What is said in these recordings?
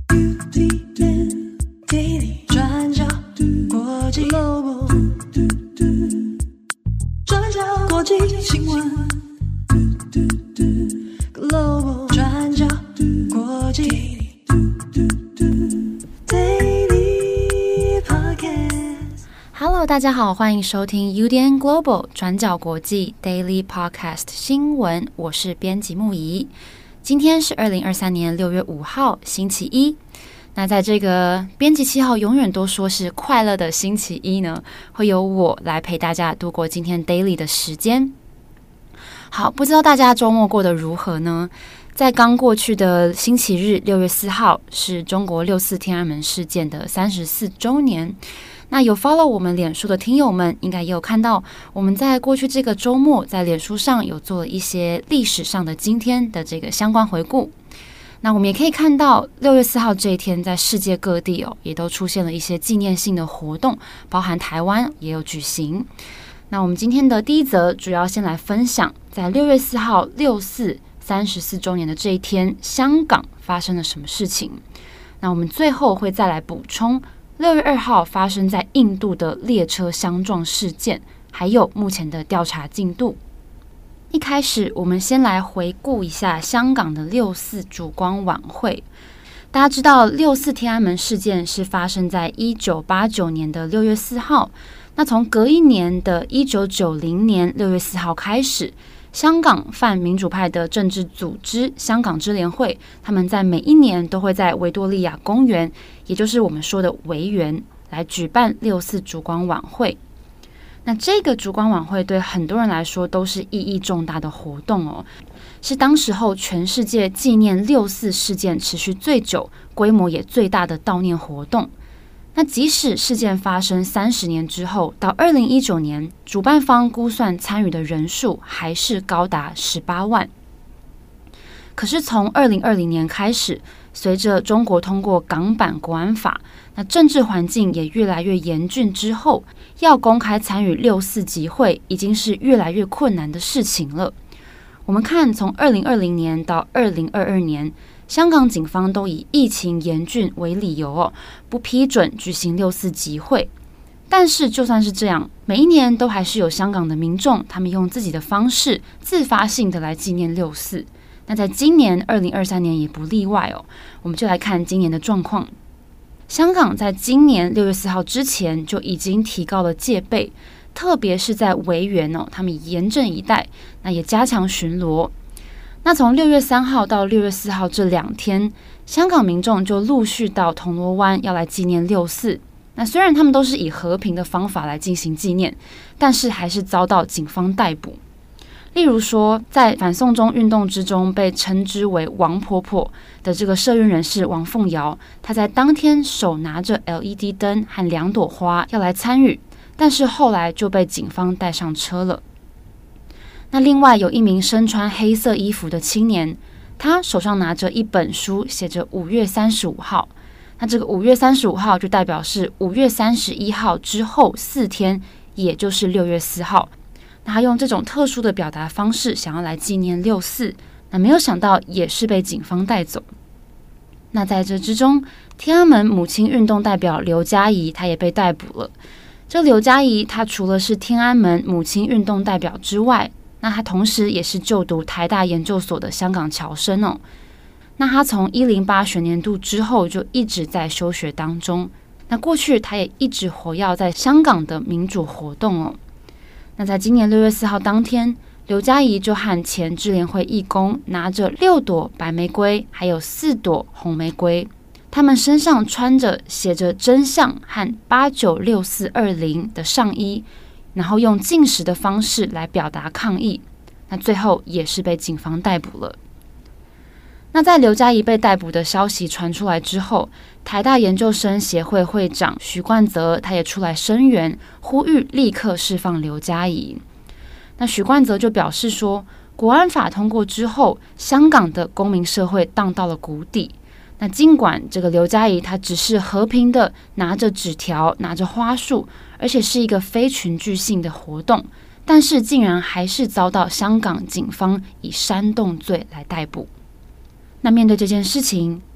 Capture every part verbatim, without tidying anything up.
转角国际 Global 转角国际新闻 Global 转角国际 Daily Podcast。Hello， 大家好，欢迎收听 U D N Global 转角国际 Daily Podcast 新闻，我是编辑木仪。今天是二零二三年六月五号，星期一。那在这个编辑七号永远都说是快乐的星期一呢，会由我来陪大家度过今天 Daily 的时间。好，不知道大家周末过得如何呢？在刚过去的星期日六月四号是中国六四天安门事件的三十四周年。那有 follow 我们脸书的听友们应该也有看到，我们在过去这个周末在脸书上有做了一些历史上的今天的这个相关回顾。那我们也可以看到六月四号这一天在世界各地哦也都出现了一些纪念性的活动，包含台湾也有举行。那我们今天的第一则主要先来分享在六月四号六四三十四周年的这一天香港发生了什么事情。那我们最后会再来补充六月二号发生在印度的列车相撞事件，还有目前的调查进度。一开始我们先来回顾一下香港的六四烛光晚会。大家知道六四天安门事件是发生在一九八九年的六月四号，那从隔一年的一九九零年六月四号开始，香港泛民主派的政治组织香港支联会，他们在每一年都会在维多利亚公园，也就是我们说的维园，来举办六四烛光晚会。那这个烛光晚会对很多人来说都是意义重大的活动哦，是当时候全世界纪念六四事件持续最久、规模也最大的悼念活动。那即使事件发生三十年之后，到二零一九年，主办方估算参与的人数还是高达十八万。可是从二零二零年开始，随着中国通过港版国安法，那政治环境也越来越严峻之后，要公开参与六四集会已经是越来越困难的事情了。我们看从二零二零年到二零二二年，香港警方都以疫情严峻为理由哦，不批准举行六四集会。但是就算是这样，每一年都还是有香港的民众，他们用自己的方式自发性的来纪念六四。那在今年二零二三年也不例外哦。我们就来看今年的状况。香港在今年六月四号之前就已经提高了戒备，特别是在维园哦，他们严阵以待，那也加强巡逻。那从六月三号到六月四号这两天，香港民众就陆续到铜锣湾要来纪念六四。那虽然他们都是以和平的方法来进行纪念，但是还是遭到警方逮捕。例如说，在反送中运动之中被称之为王婆婆的这个社运人士王凤瑶，她在当天手拿着 L E D 灯和两朵花要来参与，但是后来就被警方带上车了。那另外有一名身穿黑色衣服的青年，他手上拿着一本书，写着五月三十五号。那这个五月三十五号就代表是五月三十一号之后四天，也就是六月四号。那他用这种特殊的表达方式想要来纪念六四，那没有想到也是被警方带走。那在这之中，天安门母亲运动代表刘嘉怡她也被逮捕了。这刘嘉怡她除了是天安门母亲运动代表之外，那她同时也是就读台大研究所的香港侨生哦。那她从一零八学年度之后就一直在休学当中。那过去她也一直活跃在香港的民主活动哦。那在今年六月四号当天，刘嘉怡就和前支联会义工拿着六朵白玫瑰，还有四朵红玫瑰，他们身上穿着写着真相和八九六四二零的上衣，然后用禁食的方式来表达抗议。那最后也是被警方逮捕了。那在刘嘉怡被逮捕的消息传出来之后，台大研究生协会会长许冠泽他也出来声援，呼吁立刻释放刘嘉怡。那许冠泽就表示说，国安法通过之后，香港的公民社会荡到了谷底。那尽管这个刘嘉怡她只是和平的拿着纸条，拿着花束，而且是一个非群聚性的活动，但是竟然还是遭到香港警方以煽动罪来逮捕。那面对这件事情，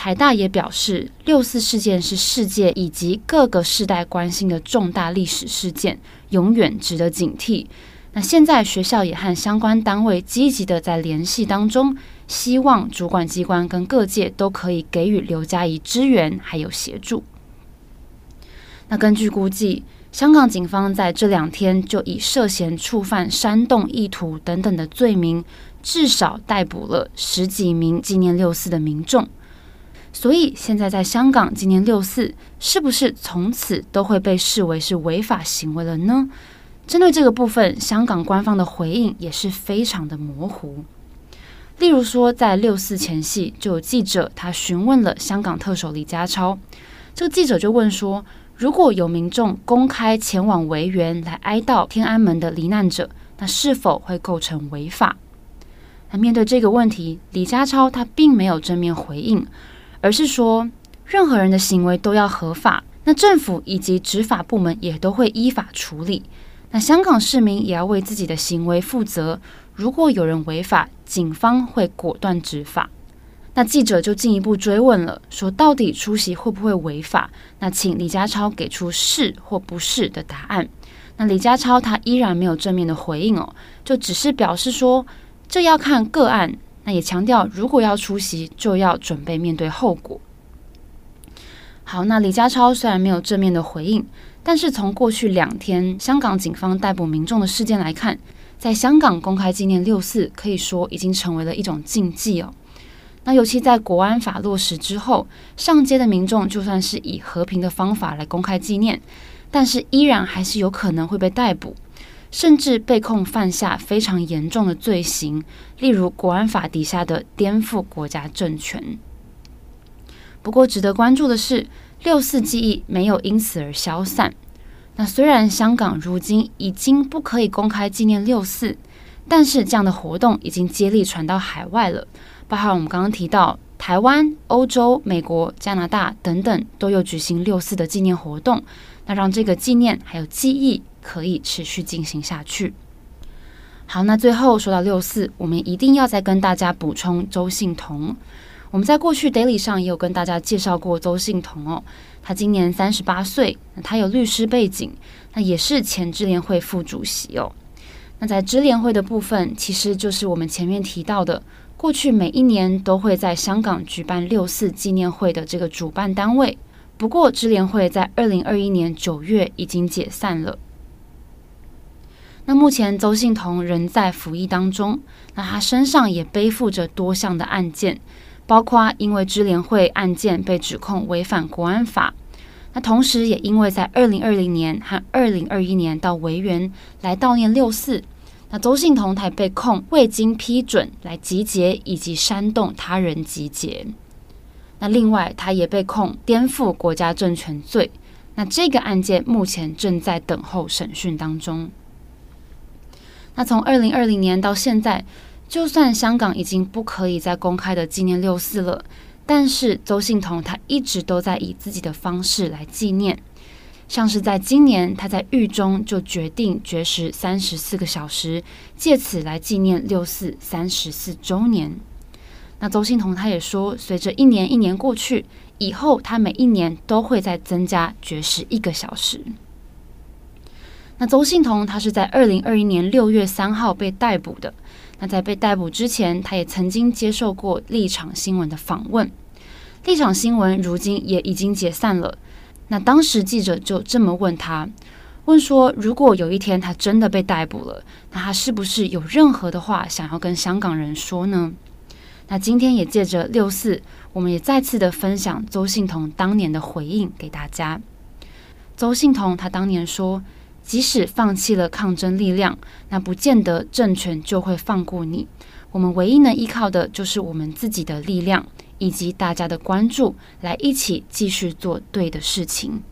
台大也表示，六四事件是世界以及各个世代关心的重大历史事件，永远值得警惕。那现在学校也和相关单位积极的在联系当中，希望主管机关跟各界都可以给予刘嘉怡支援还有协助。那根据估计，香港警方在这两天就以涉嫌触犯煽动意图等等的罪名，至少逮捕了十几名纪念六四的民众。所以现在在香港纪念六四，是不是从此都会被视为是违法行为了呢？针对这个部分，香港官方的回应也是非常的模糊。例如说，在六四前夕，就有记者他询问了香港特首李家超，这个记者就问说，如果有民众公开前往维园来哀悼天安门的罹难者，那是否会构成违法？那面对这个问题，李家超他并没有正面回应，而是说，任何人的行为都要合法，那政府以及执法部门也都会依法处理。那香港市民也要为自己的行为负责，如果有人违法，警方会果断执法。那记者就进一步追问了，说到底出席会不会违法？那请李家超给出是或不是的答案。那李家超他依然没有正面的回应哦，就只是表示说，这要看个案。那也强调，如果要出席，就要准备面对后果。好，那李家超虽然没有正面的回应，但是从过去两天香港警方逮捕民众的事件来看，在香港公开纪念六四，可以说已经成为了一种禁忌哦。那尤其在国安法落实之后，上街的民众就算是以和平的方法来公开纪念，但是依然还是有可能会被逮捕，甚至被控犯下非常严重的罪行，例如国安法底下的颠覆国家政权。不过值得关注的是，六四记忆没有因此而消散。那虽然香港如今已经不可以公开纪念六四，但是这样的活动已经接力传到海外了，包含我们刚刚提到台湾、欧洲、美国、加拿大等等都有举行六四的纪念活动，那让这个纪念还有记忆可以持续进行下去。好，那最后说到六四，我们一定要再跟大家补充周幸彤。我们在过去 Daily 上也有跟大家介绍过周幸彤哦，他今年三十八岁，那他有律师背景，那也是前支联会副主席哦。那在支联会的部分，其实就是我们前面提到的，过去每一年都会在香港举办六四纪念会的这个主办单位。不过支联会在二零二一年九月已经解散了。那目前周幸彤仍在服役当中，那他身上也背负着多项的案件，包括因为支联会案件被指控违反国安法，那同时也因为在二零二零年和二零二一年到维园来悼念六四，那周幸彤他被控未经批准来集结以及煽动他人集结。那另外他也被控颠覆国家政权罪，那这个案件目前正在等候审讯当中。那从二零二零年到现在，就算香港已经不可以再公开的纪念六四了，但是周幸彤他一直都在以自己的方式来纪念，像是在今年他在狱中就决定绝食三十四个小时，借此来纪念六四三十四周年。那周幸彤他也说，随着一年一年过去，以后他每一年都会再增加绝食一个小时。那周幸彤他是在二零二一年六月三号被逮捕的。那在被逮捕之前，他也曾经接受过立场新闻的访问。立场新闻如今也已经解散了。那当时记者就这么问他，问说，如果有一天他真的被逮捕了，那他是不是有任何的话想要跟香港人说呢？那今天也借着六四，我们也再次的分享周幸彤当年的回应给大家。周幸彤他当年说，即使放弃了抗争力量，那不见得政权就会放过你。我们唯一能依靠的就是我们自己的力量，以及大家的关注，来一起继续做对的事情。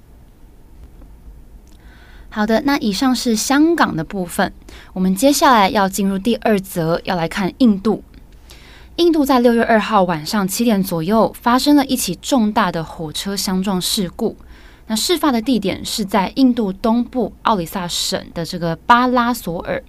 好的，那以上是香港的部分，我们接下来要进入第二则，要来看印度。印度在六月二号晚上七点左右发生了一起重大的火车相撞事故。那事发的地点是在印度东部奥里萨省的这个巴拉索尔，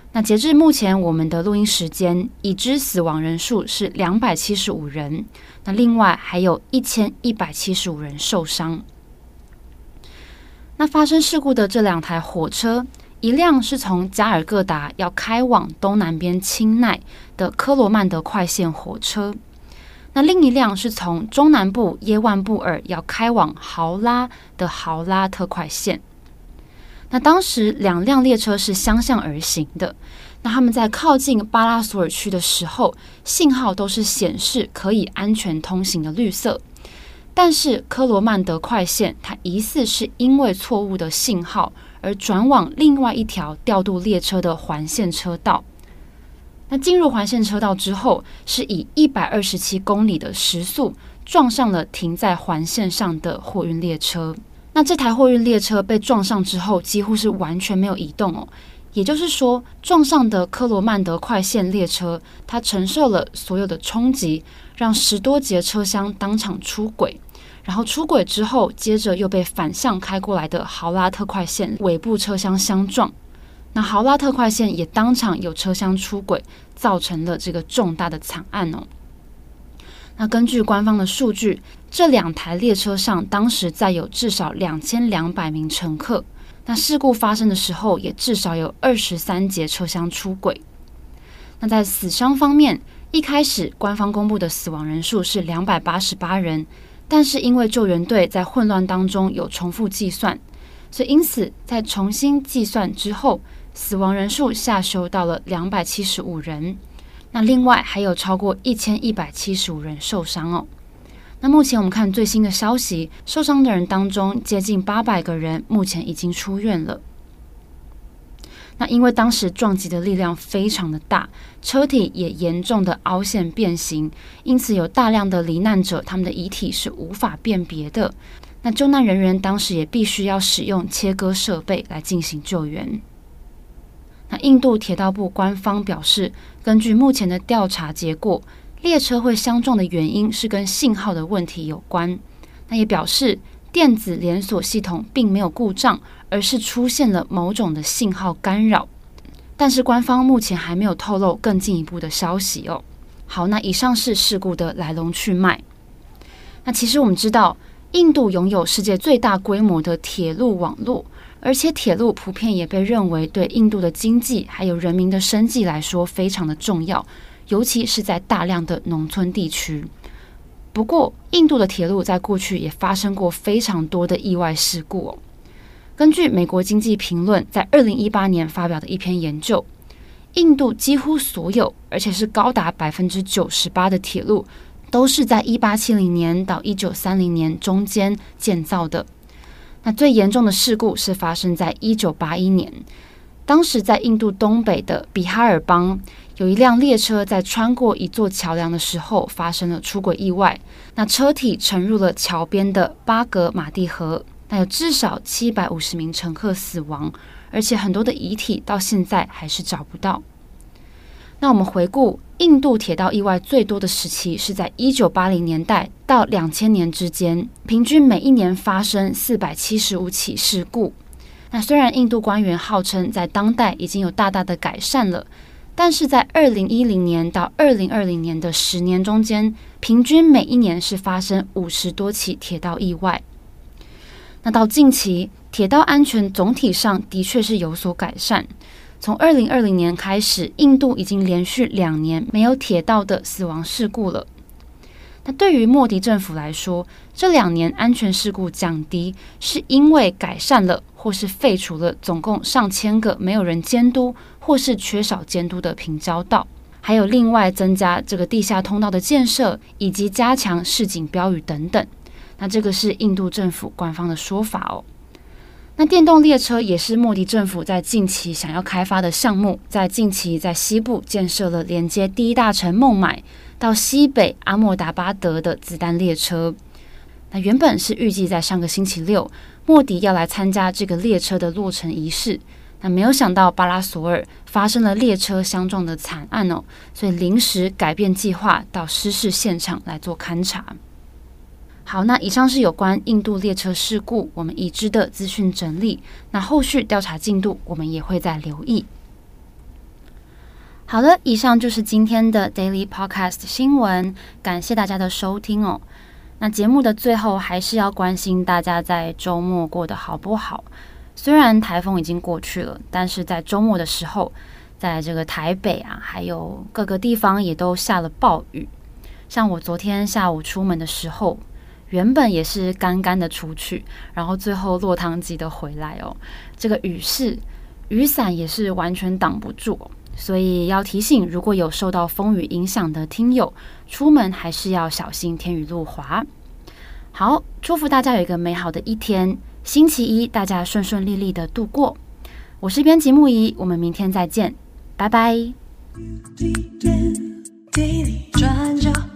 那截至目前我们的录音时间，已知死亡人数是两百七十五人，那另外还有一千一百七十五人受伤。那发生事故的这两台火车，一辆是从加尔各答要开往东南边钦奈的科罗曼德快线火车，那另一辆是从中南部耶万布尔要开往豪拉的豪拉特快线。那当时两辆列车是相向而行的，那他们在靠近巴拉索尔区的时候，信号都是显示可以安全通行的绿色。但是科罗曼德快线它疑似是因为错误的信号而转往另外一条调度列车的环线车道。那进入环线车道之后，是以一百二十七公里的时速撞上了停在环线上的货运列车。那这台货运列车被撞上之后，几乎是完全没有移动哦。也就是说，撞上的科罗曼德快线列车，它承受了所有的冲击，让十多节车厢当场出轨。然后出轨之后，接着又被反向开过来的豪拉特快线尾部车厢相撞。那豪拉特快线也当场有车厢出轨，造成了这个重大的惨案哦。那根据官方的数据，这两台列车上当时载有至少两千两百名乘客。那事故发生的时候，也至少有二十三节车厢出轨。那在死伤方面，一开始官方公布的死亡人数是两百八十八人。但是因为救援队在混乱当中有重复计算，所以因此在重新计算之后，死亡人数下修到了两百七十五人。那另外还有超过一千一百七十五人受伤哦。那目前我们看最新的消息，受伤的人当中接近八百个人目前已经出院了。那因为当时撞击的力量非常的大，车体也严重的凹陷变形，因此有大量的罹难者，他们的遗体是无法辨别的。那救难人员当时也必须要使用切割设备来进行救援。那印度铁道部官方表示，根据目前的调查结果，列车会相撞的原因是跟信号的问题有关。那也表示电子连锁系统并没有故障，而是出现了某种的信号干扰，但是官方目前还没有透露更进一步的消息哦。好，那以上是事故的来龙去脉。那其实我们知道，印度拥有世界最大规模的铁路网络，而且铁路普遍也被认为对印度的经济还有人民的生计来说非常的重要，尤其是在大量的农村地区。不过，印度的铁路在过去也发生过非常多的意外事故哦。根据美国经济评论在二零一八年发表的一篇研究，印度几乎所有，而且是高达百分之九十八的铁路，都是在一八七零年到一九三零年中间建造的。那最严重的事故是发生在一九八一年，当时在印度东北的比哈尔邦，有一辆列车在穿过一座桥梁的时候发生了出轨意外，那车体沉入了桥边的巴格马蒂河，那有至少七百五十名乘客死亡，而且很多的遗体到现在还是找不到。那我们回顾印度铁道意外最多的时期是在一九八零年代到两千年之间，平均每一年发生四百七十五起事故。那虽然印度官员号称在当代已经有大大的改善了，但是在二零一零年到二零二零年的十年中间，平均每一年是发生五十多起铁道意外。那到近期，铁道安全总体上的确是有所改善。从二零二零年开始，印度已经连续两年没有铁道的死亡事故了。那对于莫迪政府来说，这两年安全事故降低，是因为改善了或是废除了总共上千个没有人监督或是缺少监督的平交道，还有另外增加这个地下通道的建设，以及加强示警标语等等。那这个是印度政府官方的说法哦。那电动列车也是莫迪政府在近期想要开发的项目，在近期在西部建设了连接第一大城孟买到西北阿莫达巴德的子弹列车。那原本是预计在上个星期六，莫迪要来参加这个列车的落成仪式，那没有想到巴拉索尔发生了列车相撞的惨案哦，所以临时改变计划到失事现场来做勘察。好，那以上是有关印度列车事故我们已知的资讯整理，那后续调查进度我们也会再留意。 好的，以上就是今天的 Daily Podcast 新闻，感谢大家的收听哦。那节目的最后还是要关心大家在周末过得好不好。虽然台风已经过去了，但是在周末的时候，在这个台北啊，还有各个地方也都下了暴雨。像我昨天下午出门的时候，原本也是干干的出去，然后最后落汤鸡的回来哦。这个雨势，雨伞也是完全挡不住哦。所以要提醒，如果有受到风雨影响的听友，出门还是要小心天雨路滑。好，祝福大家有一个美好的一天，星期一大家顺顺利利的度过。我是编辑木仪，我们明天再见，拜拜。转角